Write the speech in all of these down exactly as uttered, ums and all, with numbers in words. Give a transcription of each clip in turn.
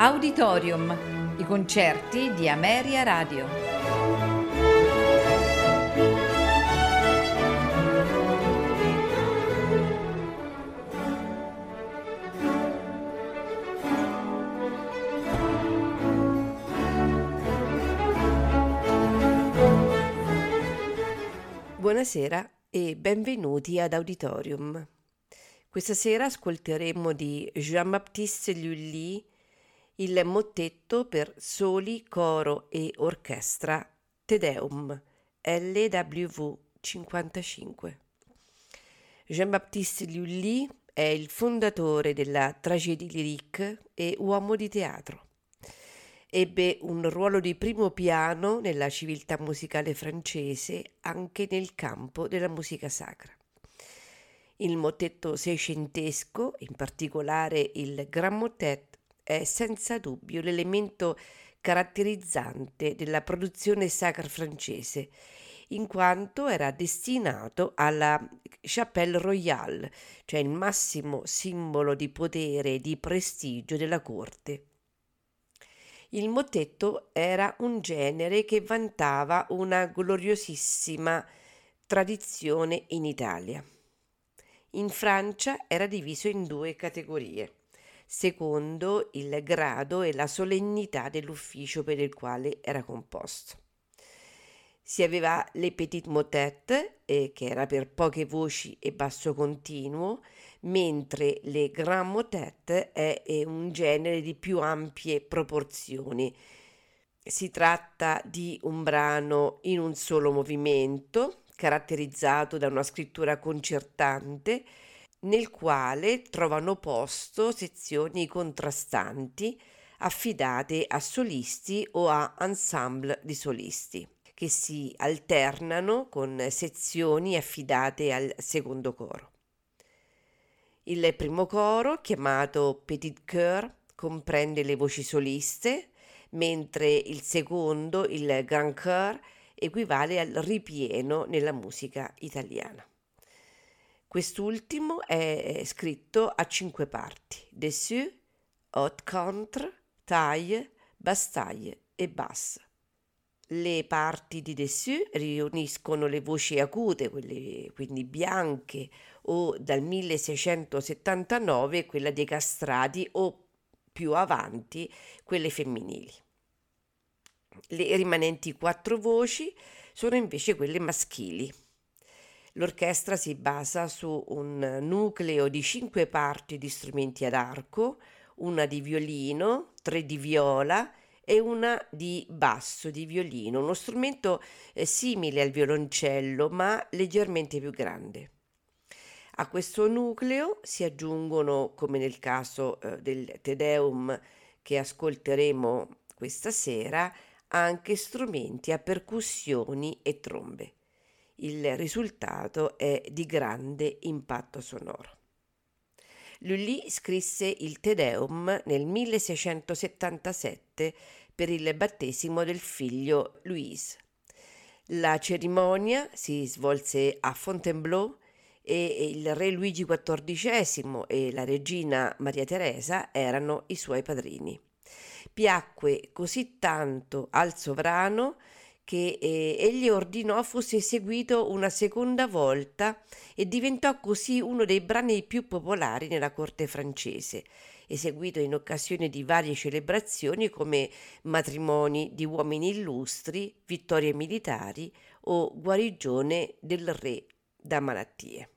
Auditorium, i concerti di Ameria Radio. Buonasera e benvenuti ad Auditorium. Questa sera ascolteremo di Jean-Baptiste Lully il mottetto per soli, coro e orchestra Te Deum, L W V cinquantacinque. Jean-Baptiste Lully è il fondatore della tragédie lyrique e uomo di teatro. Ebbe un ruolo di primo piano nella civiltà musicale francese anche nel campo della musica sacra. Il mottetto seicentesco, in particolare il Grand Motet, è senza dubbio l'elemento caratterizzante della produzione sacra francese, in quanto era destinato alla Chapelle Royale, cioè il massimo simbolo di potere e di prestigio della corte. Il mottetto era un genere che vantava una gloriosissima tradizione in Italia. In Francia era diviso in due categorie, secondo il grado e la solennità dell'ufficio per il quale era composto. Si aveva le petite motet, eh, che era per poche voci e basso continuo, mentre le grand motet è, è un genere di più ampie proporzioni. Si tratta di un brano in un solo movimento, caratterizzato da una scrittura concertante, nel quale trovano posto sezioni contrastanti affidate a solisti o a ensemble di solisti, che si alternano con sezioni affidate al secondo coro. Il primo coro, chiamato Petit Chœur, comprende le voci soliste, mentre il secondo, il Grand Chœur, equivale al ripieno nella musica italiana. Quest'ultimo è scritto a cinque parti: dessus, haute contre, taille, basse taille e basse. Le parti di dessus riuniscono le voci acute, quelle quindi bianche, o dal milleseicentosettantanove quella dei castrati, o più avanti quelle femminili. Le rimanenti quattro voci sono invece quelle maschili. L'orchestra si basa su un nucleo di cinque parti di strumenti ad arco, una di violino, tre di viola e una di basso di violino, uno strumento eh, simile al violoncello ma leggermente più grande. A questo nucleo si aggiungono, come nel caso eh, del Te Deum che ascolteremo questa sera, anche strumenti a percussioni e trombe. Il risultato è di grande impatto sonoro. Lully scrisse il Te Deum nel milleseicentosettantasette per il battesimo del figlio Louis. La cerimonia si svolse a Fontainebleau e il re Luigi quattordicesimo e la regina Maria Teresa erano i suoi padrini. Piacque così tanto al sovrano che eh, egli ordinò fosse eseguito una seconda volta e diventò così uno dei brani più popolari nella corte francese, eseguito in occasione di varie celebrazioni come matrimoni di uomini illustri, vittorie militari o guarigione del re da malattie.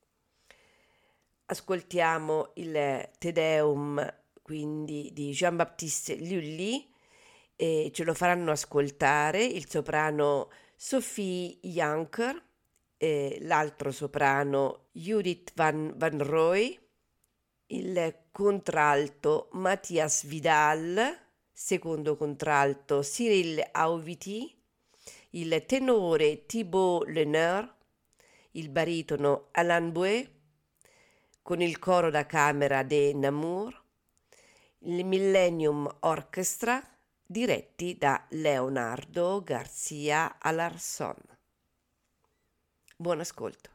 Ascoltiamo il Te Deum quindi di Jean-Baptiste Lully e ce lo faranno ascoltare il soprano Sophie Janker, eh, l'altro soprano Judith Van, Van Roy, il contralto Mathias Vidal, secondo contralto Cyril Auvity, il tenore Thibaut Leneur, il baritono Alain Bouet, con il coro da camera de Namur, il Millennium Orchestra, diretti da Leonardo Garcia Alarcón. Buon ascolto.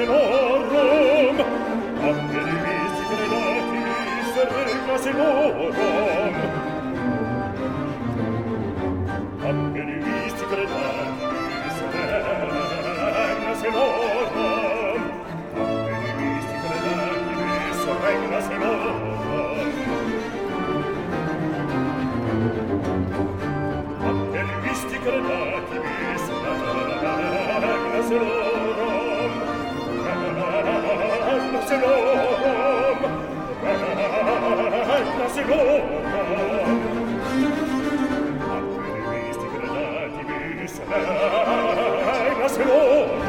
Regna Senorum, ampia di visti credatis, regna Senorum, ampia di visti credatis, regna Senorum, ampia di visti credatis, regna Senorum, regna Senorum, regna Senorum, ampia di visti credatis, regna Senorum,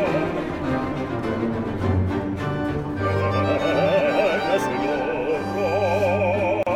regna Senorum.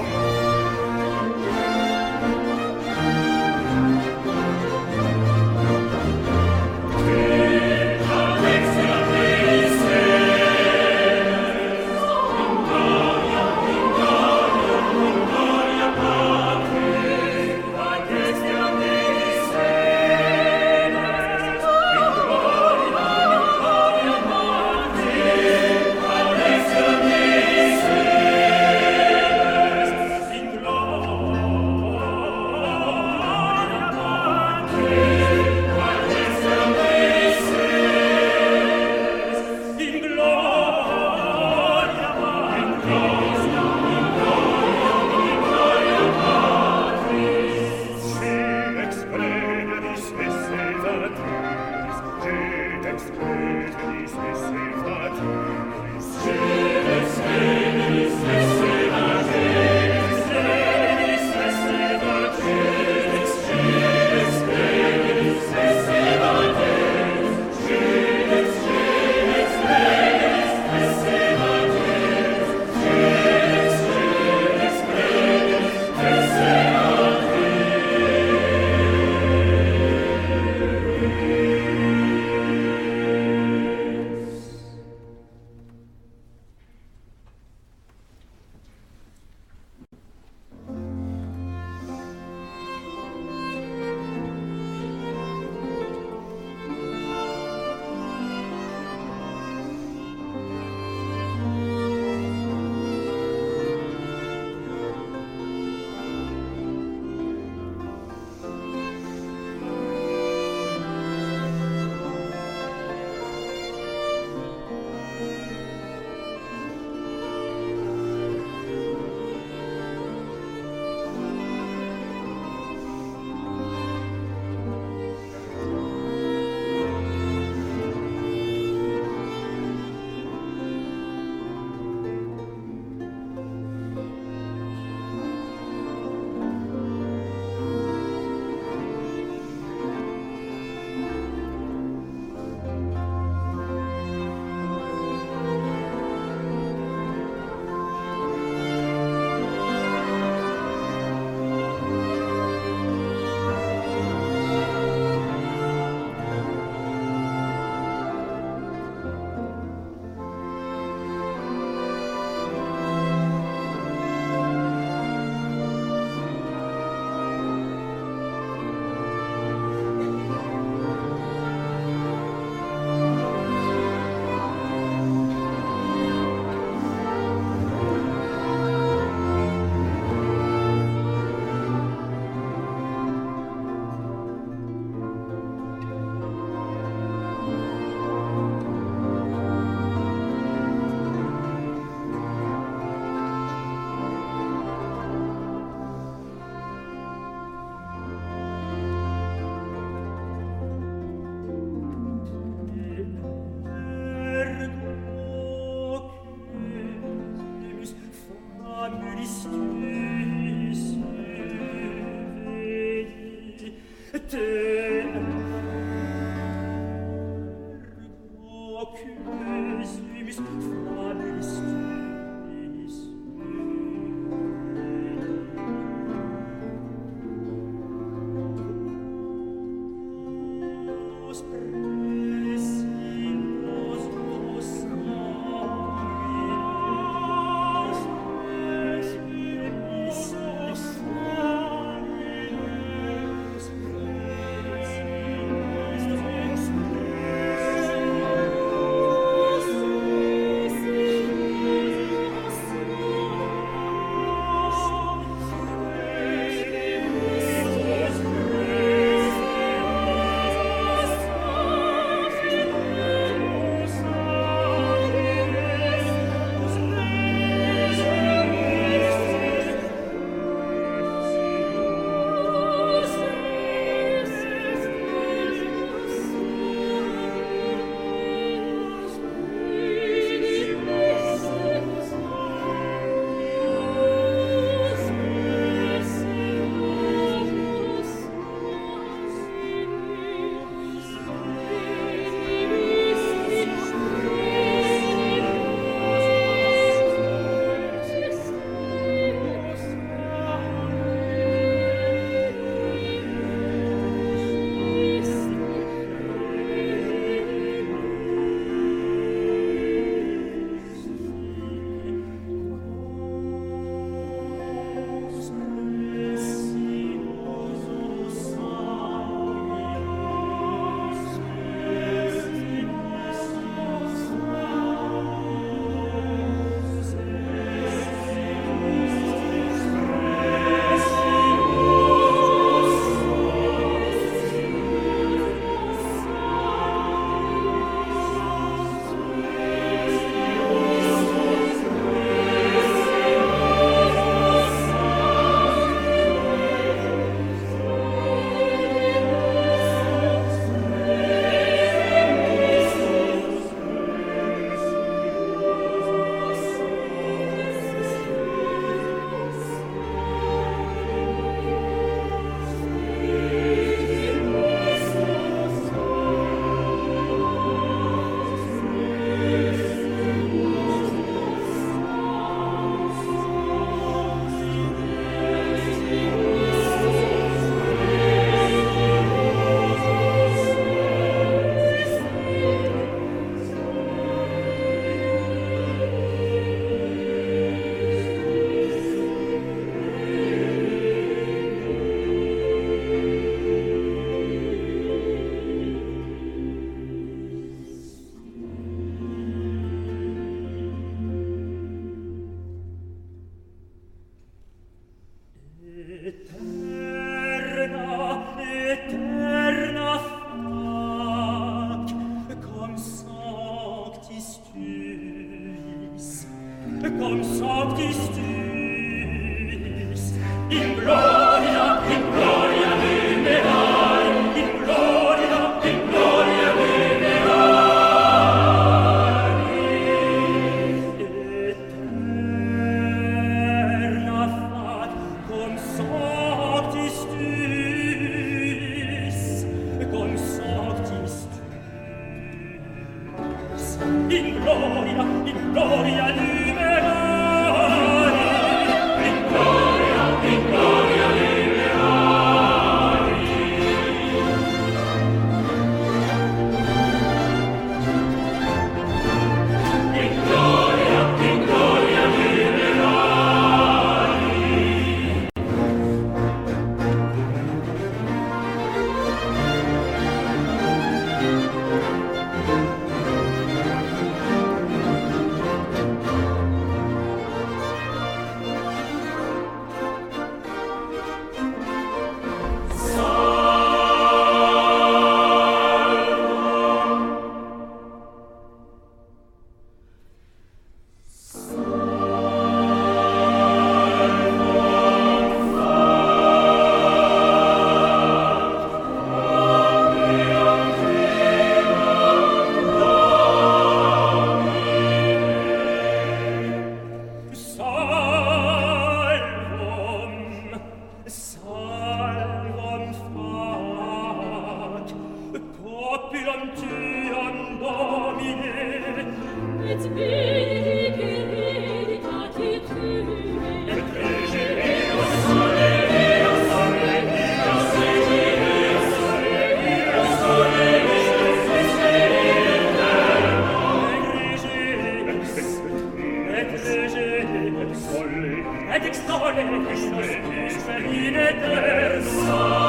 Populum Domine, et veni veritate tue, et rege Deus sole, Deus sole, Deus sole, Deus sole, Deus sole, Deus sole, et rege et sole et extole, Deus in eterno.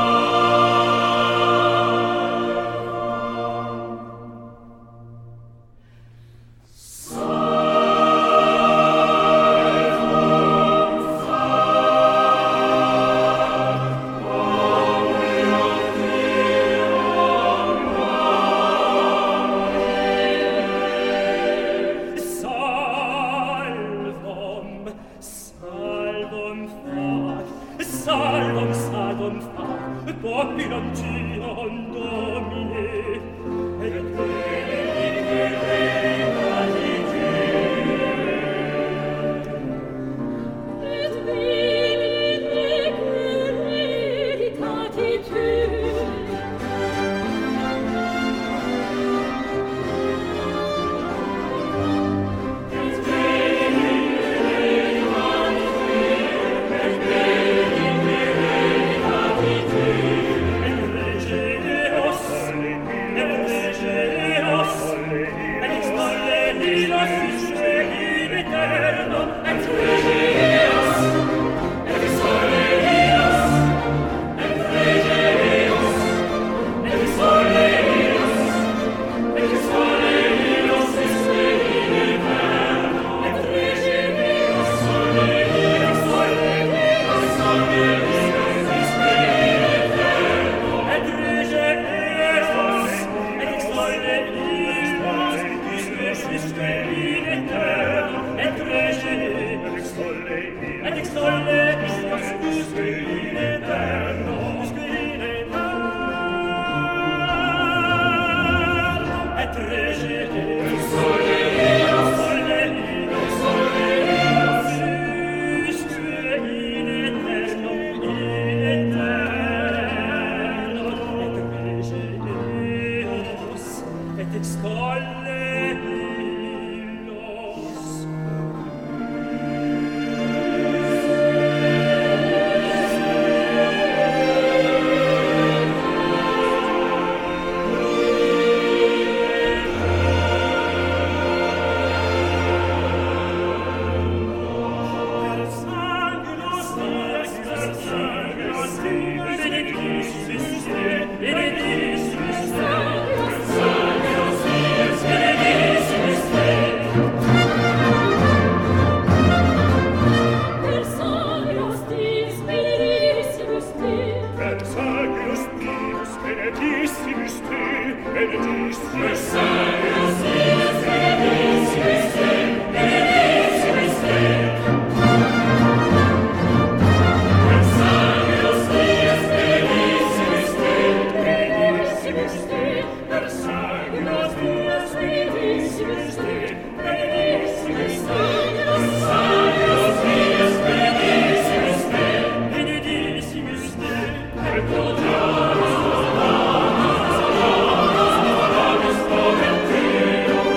Thank you.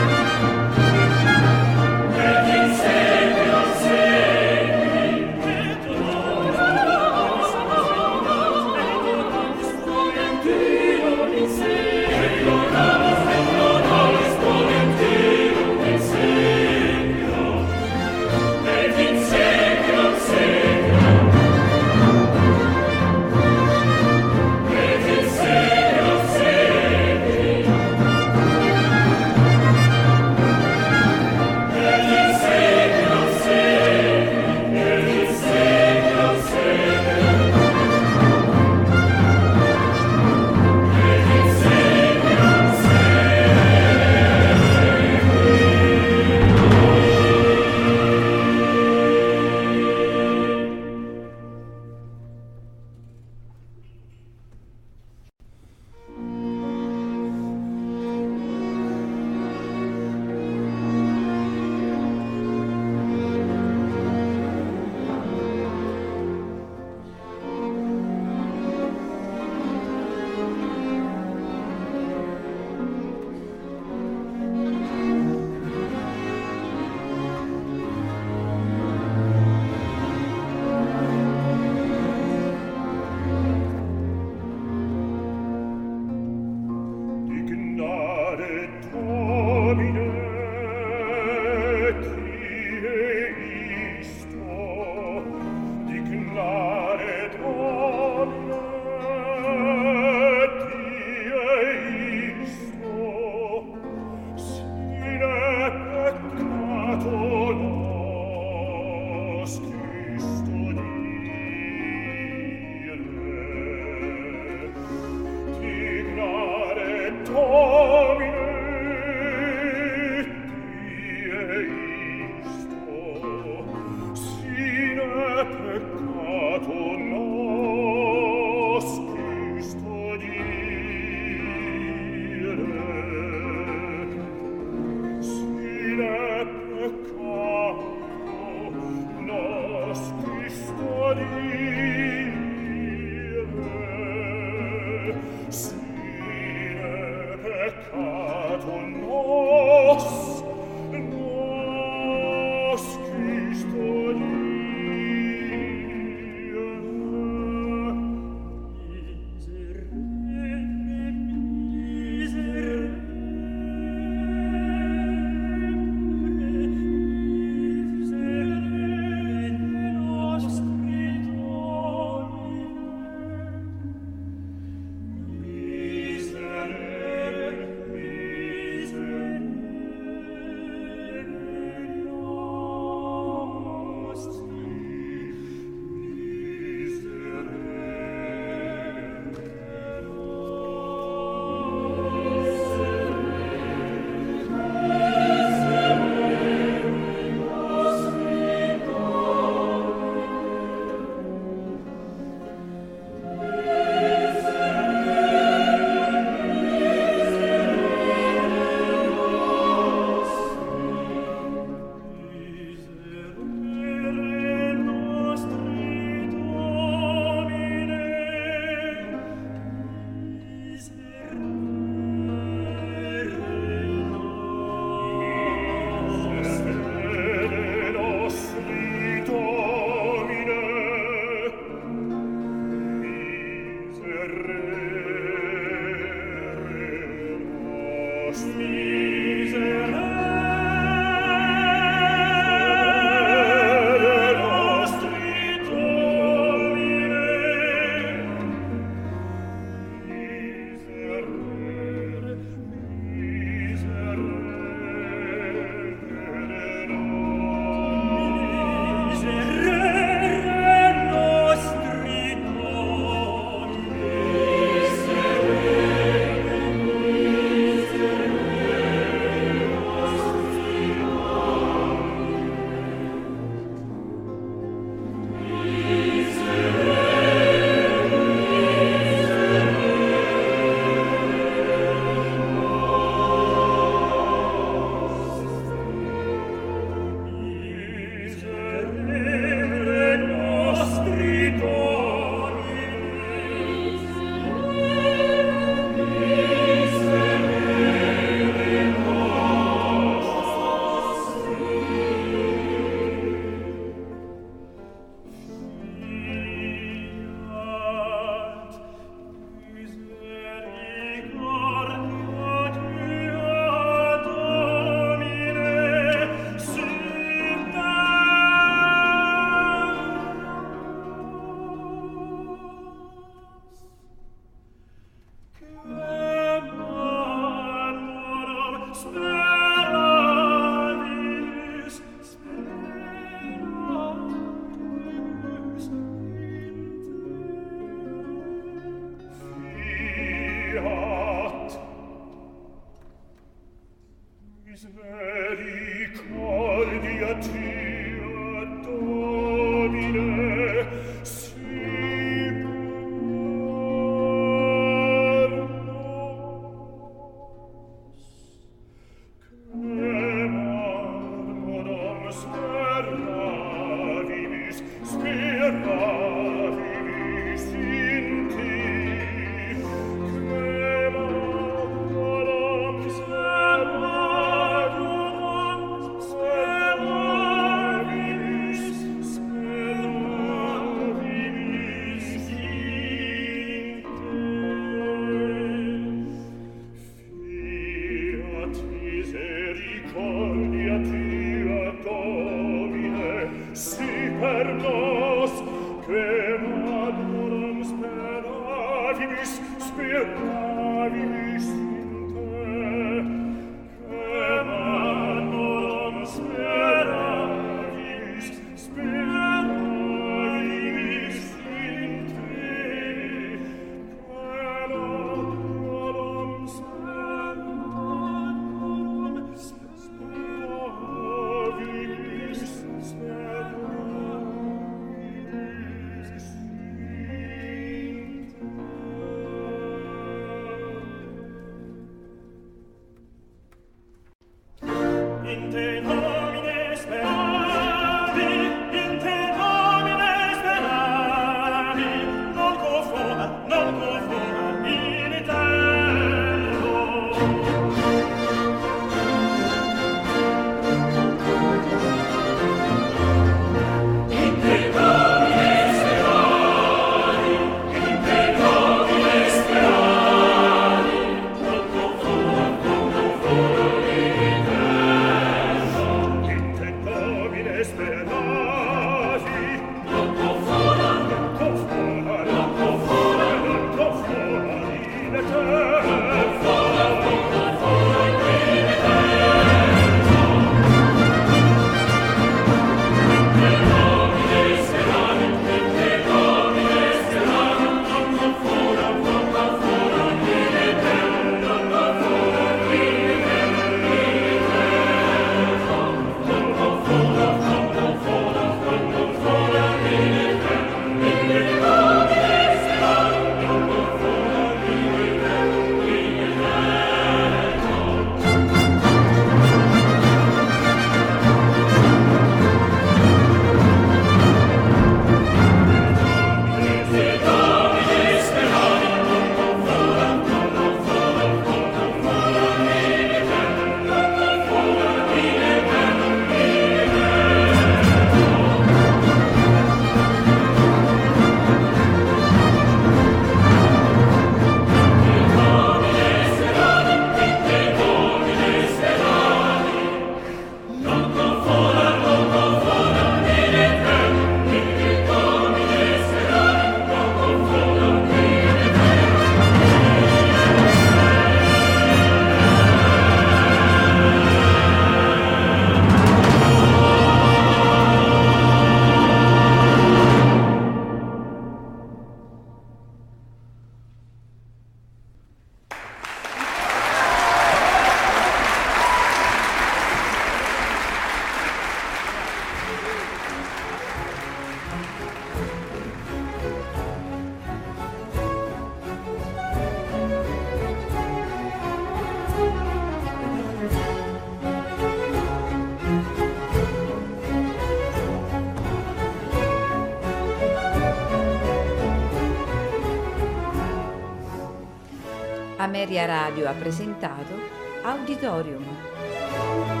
Ameria Radio ha presentato Auditorium.